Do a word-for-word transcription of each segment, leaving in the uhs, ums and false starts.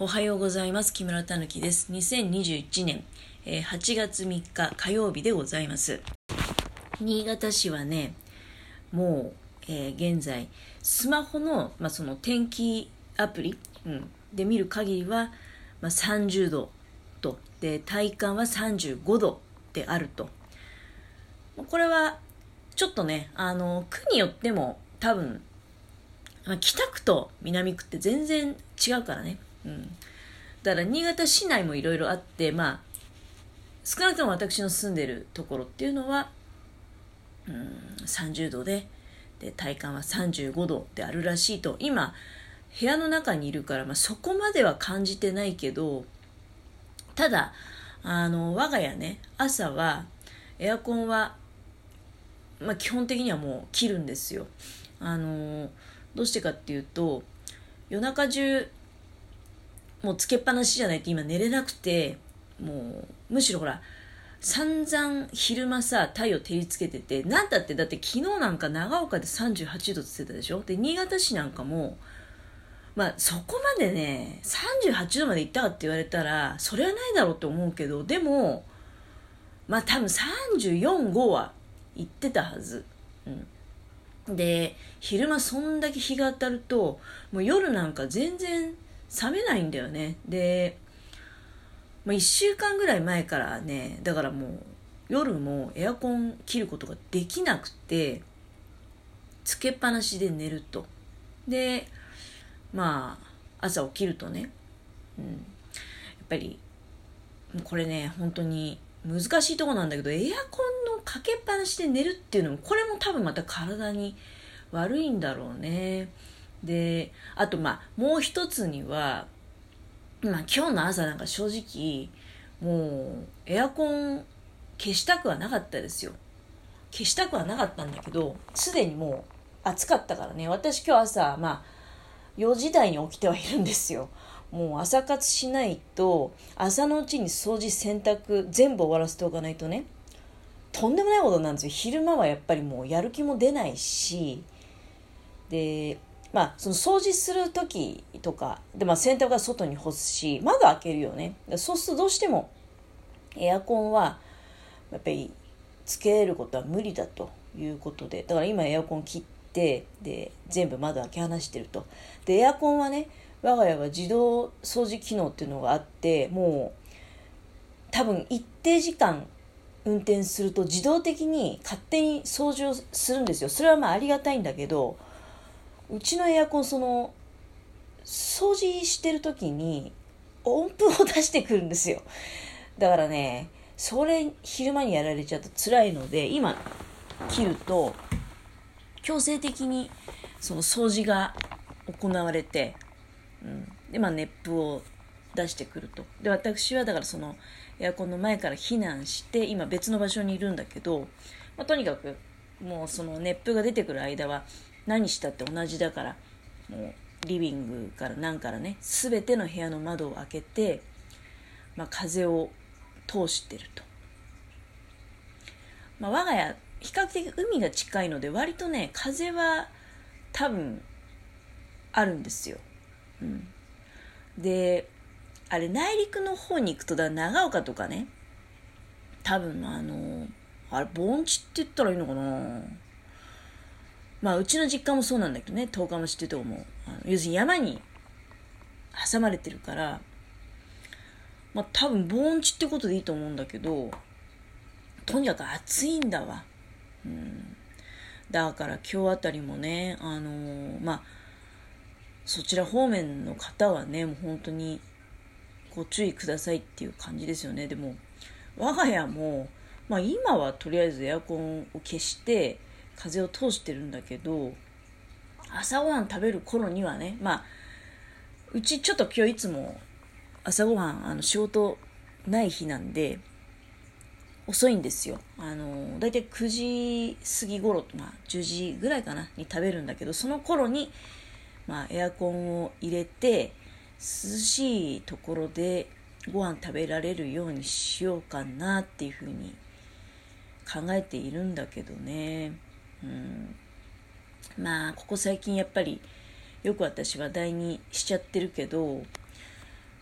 おはようございます。木村たぬきです。にせんにじゅういちねんはちがつみっか火曜日でございます。新潟市はね、もう、えー、現在スマホの、まあ、その天気アプリ、うん、で見る限りは、まあ、さんじゅうどとで体感はさんじゅうごどであると。これはちょっとね、あの区によっても多分、まあ、北区と南区って全然違うからね。うん、だから新潟市内もいろいろあって、まあ、少なくとも私の住んでるところっていうのは、うん、さんじゅうどで、で体感はさんじゅうごどであるらしいと。今部屋の中にいるから、まあ、そこまでは感じてないけど、ただあの我が家ね、朝はエアコンは、まあ、基本的にはもう切るんですよ。あのどうしてかっていうと、夜中中もうつけっぱなしじゃないと今寝れなくて、もうむしろほら散々昼間さ太陽照りつけてて、なんだってだって昨日なんか長岡でさんじゅうはちどって言ってたでしょ。で新潟市なんかもまあそこまでねさんじゅうはちどまで行ったかって言われたらそれはないだろうと思うけど、でもまあ多分さんじゅうよん、ごは行ってたはず。うん、で昼間そんだけ日が当たるともう夜なんか全然冷めないんだよね。で、まあ、いっしゅうかんぐらい前からね、だからもう夜もエアコン切ることができなくてつけっぱなしで寝ると。でまあ朝起きるとね、うん、やっぱりこれね本当に難しいとこなんだけど、エアコンのかけっぱなしで寝るっていうのもこれも多分また体に悪いんだろうね。であとまあもう一つには、まあ、今日の朝なんか正直もうエアコン消したくはなかったですよ。消したくはなかったんだけど、すでにもう暑かったからね。私今日朝まあよじ台に起きてはいるんですよ。もう朝活しないと朝のうちに掃除洗濯全部終わらせておかないとね、とんでもないことなんですよ。昼間はやっぱりもうやる気も出ないし、でまあその掃除する時とかで、まあ、洗濯は外に干すし窓開けるよね。そうするとどうしてもエアコンはやっぱりつけることは無理だということで、だから今エアコン切ってで全部窓開け放してると。でエアコンはね、我が家は自動掃除機能っていうのがあって、もう多分一定時間運転すると自動的に勝手に掃除をするんですよ。それはまあありがたいんだけど、うちのエアコンその掃除してる時に音符を出してくるんですよ。だからねそれ昼間にやられちゃうと辛いので、今切ると強制的にその掃除が行われて、うん、でまあ熱風を出してくると。で私はだからそのエアコンの前から避難して今別の場所にいるんだけど、まあ、とにかくもうその熱風が出てくる間は何したって同じだから、もうリビングから何からね全ての部屋の窓を開けて、まあ、風を通してると。まあ、我が家比較的海が近いので割とね風は多分あるんですよ。うん、であれ内陸の方に行くとだ長岡とかね、多分あのあれ盆地って言ったらいいのかな。まあうちの実家もそうなんだけどね、十日町ってとこもあの要するに山に挟まれてるから、まあ多分盆地ってことでいいと思うんだけど、とにかく暑いんだわ。うん、だから今日あたりもね、あのー、まあそちら方面の方はねもう本当にご注意くださいっていう感じですよね。でも我が家も、まあ、今はとりあえずエアコンを消して風を通してるんだけど、朝ごはん食べる頃にはね、まあうちちょっと今日いつも朝ごはんあの仕事ない日なんで遅いんですよ。あのだいたいくじ過ぎ頃、まあ、じゅうじぐらいかなに食べるんだけど、その頃に、まあ、エアコンを入れて涼しいところでご飯食べられるようにしようかなっていうふうに考えているんだけどね。うん、まあここ最近やっぱりよく私話題にしちゃってるけど、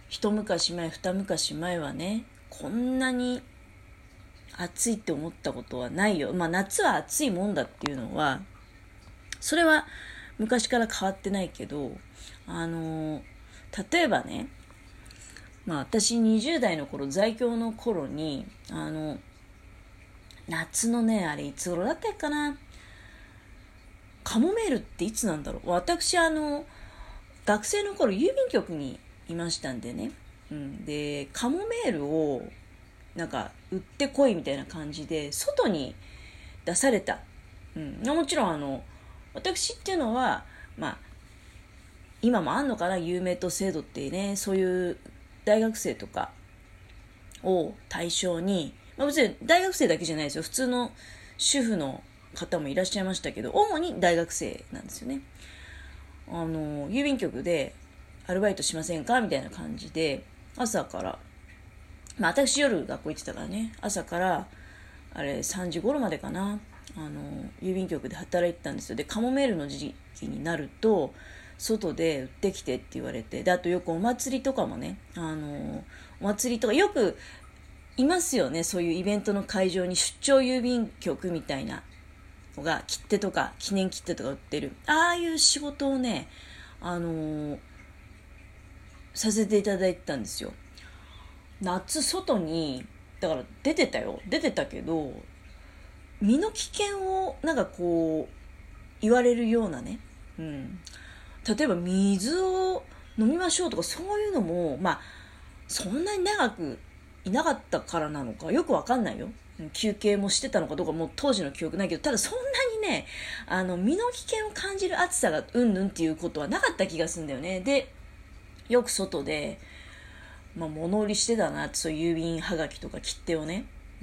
一昔前二昔前はね、こんなに暑いって思ったことはないよ。まあ夏は暑いもんだっていうのは、それは昔から変わってないけど、あの例えばね、まあ私にじゅう代の頃、在京の頃に、あの夏のね、あれいつ頃だったかな、カモメールっていつなんだろう。私あの学生の頃郵便局にいましたんでね、うん、でカモメールをなんか売ってこいみたいな感じで外に出された、うん、もちろんあの私っていうのはまあ今もあんのかな、有名と制度ってね、そういう大学生とかを対象に、まあ、別に大学生だけじゃないですよ、普通の主婦の方もいらっしゃいましたけど、主に大学生なんですよね。あの郵便局でアルバイトしませんかみたいな感じで、朝から、まあ私夜学校行ってたからね、朝からあれさんじ頃までかな、あの郵便局で働いてたんですよ。でカモメールの時期になると外で売ってきてって言われて、であとよくお祭りとかもね、あのお祭りとかよくいますよね、そういうイベントの会場に出張郵便局みたいなのが切手とか記念切手とか売ってる、ああいう仕事をね、あのー、させていただいてたんですよ。夏外にだから出てたよ、出てたけど身の危険をなんかこう言われるようなね、うん、例えば水を飲みましょうとかそういうのもまあそんなに長くいなかったからなのかよくわかんないよ。休憩もしてたのかどうかもう当時の記憶ないけど、ただそんなにね、あの身の危険を感じる暑さがうんぬんっていうことはなかった気がするんだよね。でよく外で、まあ、物売りしてたなって、そういう郵便はがきとか切手をね、うん、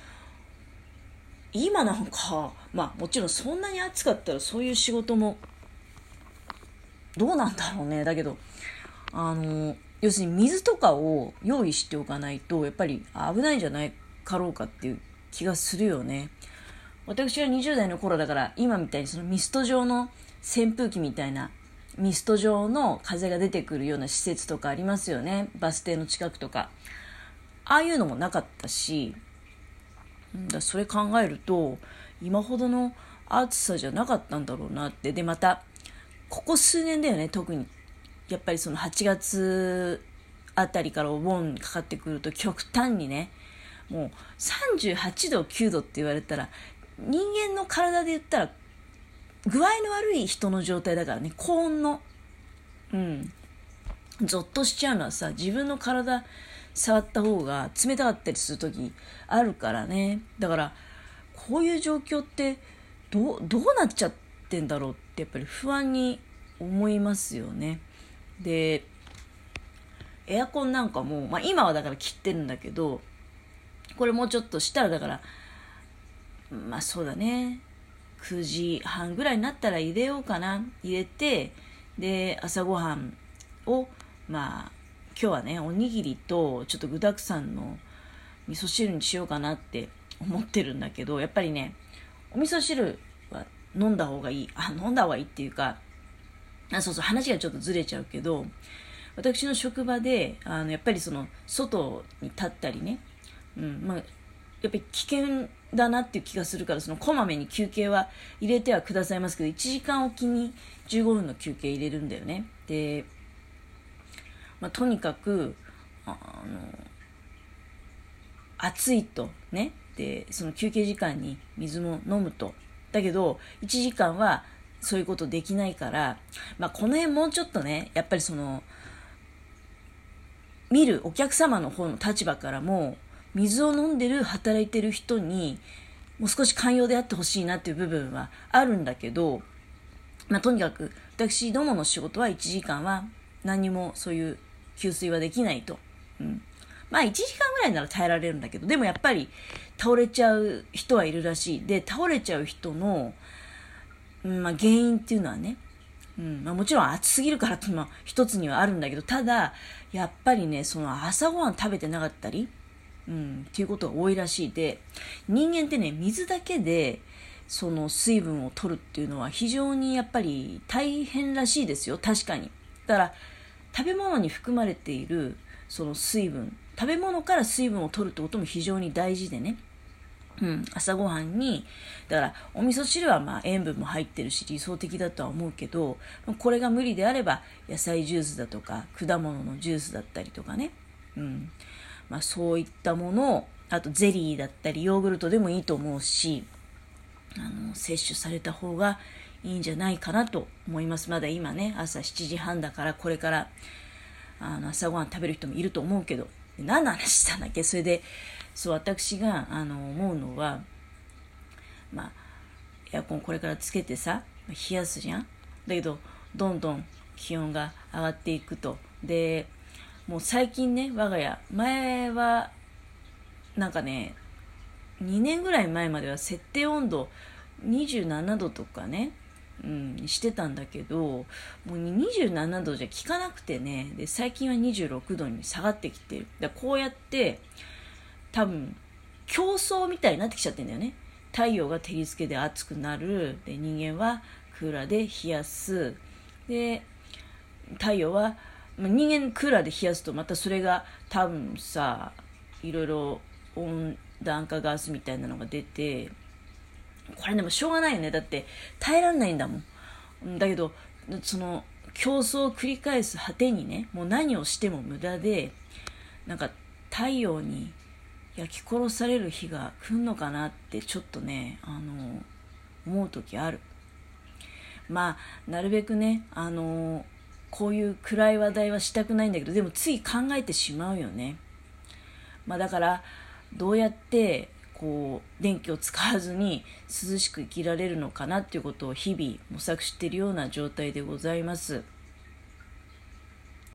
今なんかまあもちろんそんなに暑かったらそういう仕事もどうなんだろうね。だけどあの要するに水とかを用意しておかないとやっぱり危ないんじゃないかろうかっていう気がするよね。私はにじゅう代の頃だから今みたいにそのミスト状の扇風機みたいなミスト状の風が出てくるような施設とかありますよね、バス停の近くとか。ああいうのもなかったし、だそれ考えると今ほどの暑さじゃなかったんだろうなって。でまたここ数年だよね、特にやっぱりそのはちがつあたりからお盆かかってくると極端にね、もうさんじゅうはちどきゅうどって言われたら人間の体で言ったら具合の悪い人の状態だからね、高温の、うんゾッとしちゃうのはさ、自分の体触った方が冷たかったりする時あるからね。だからこういう状況ってどう、どうなっちゃってんだろうってやっぱり不安に思いますよね。でエアコンなんかも、まあ、今はだから切ってるんだけど、これもうちょっとしたらだからまあそうだねくじはんぐらいになったら入れようかな、入れて、で朝ごはんをまあ今日はねおにぎりとちょっと具沢山の味噌汁にしようかなって思ってるんだけど、やっぱりねお味噌汁は飲んだ方がいい、あ飲んだ方がいいっていうか、あそうそう話がちょっとずれちゃうけど、私の職場であのやっぱりその外に立ったりね、うんまあ、やっぱり危険だなっていう気がするから、そのこまめに休憩は入れてはくださいますけど、いちじかんおきにじゅうごふんの休憩入れるんだよね。で、まあ、とにかくあの暑いとね、でその休憩時間に水も飲むと、だけどいちじかんはそういうことできないから、まあ、この辺もうちょっとね、やっぱりその見るお客様の方の立場からも水を飲んでる働いてる人にもう少し寛容であってほしいなっていう部分はあるんだけど、まあ、とにかく私どもの仕事はいちじかんは何もそういう給水はできないと、うん、まあいちじかんぐらいなら耐えられるんだけど、でもやっぱり倒れちゃう人はいるらしい。で倒れちゃう人の、うんまあ、原因っていうのはね、うんまあ、もちろん暑すぎるからっていうのは一つにはあるんだけど、ただやっぱりねその朝ごはん食べてなかったり、うん、っていうことが多いらしい。で人間ってね水だけでその水分を取るっていうのは非常にやっぱり大変らしいですよ、確かに。だから食べ物に含まれているその水分、食べ物から水分を取るってことも非常に大事でね。うん、朝ごはんに、だからお味噌汁はまあ塩分も入ってるし理想的だとは思うけど、これが無理であれば野菜ジュースだとか果物のジュースだったりとかね、うんまあ、そういったものを、あとゼリーだったりヨーグルトでもいいと思うし、あの摂取された方がいいんじゃないかなと思います。まだ今ね朝しちじはんだから、これからあの朝ごはん食べる人もいると思うけど、何の話したんだっけ。それでそう私があの思うのは、まあエアコンこれからつけてさ冷やすじゃん。だけどどんどん気温が上がっていくと。でもう最近ね、我が家、前はなんかねにねんぐらい前までは設定温度にじゅうななどとかね、うん、してたんだけど、もうにじゅうななどじゃ効かなくてね、で最近はにじゅうろくどに下がってきてる。だこうやって多分競争みたいになってきちゃってんだよね。太陽が照りつけで暑くなる、で人間はクーラーで冷やす、で太陽は人間クーラーで冷やすとまたそれが多分さ、いろいろ温暖化ガスみたいなのが出て、これでもしょうがないよね。だって耐えられないんだもん。だけどその競争を繰り返す果てにね、もう何をしても無駄で、なんか太陽に焼き殺される日が来んのかなってちょっとね、あの思う時ある。まあなるべくね、あのこういう暗い話題はしたくないんだけど、でもつい考えてしまうよね。まあだからどうやってこう電気を使わずに涼しく生きられるのかなっていうことを日々模索しているような状態でございます。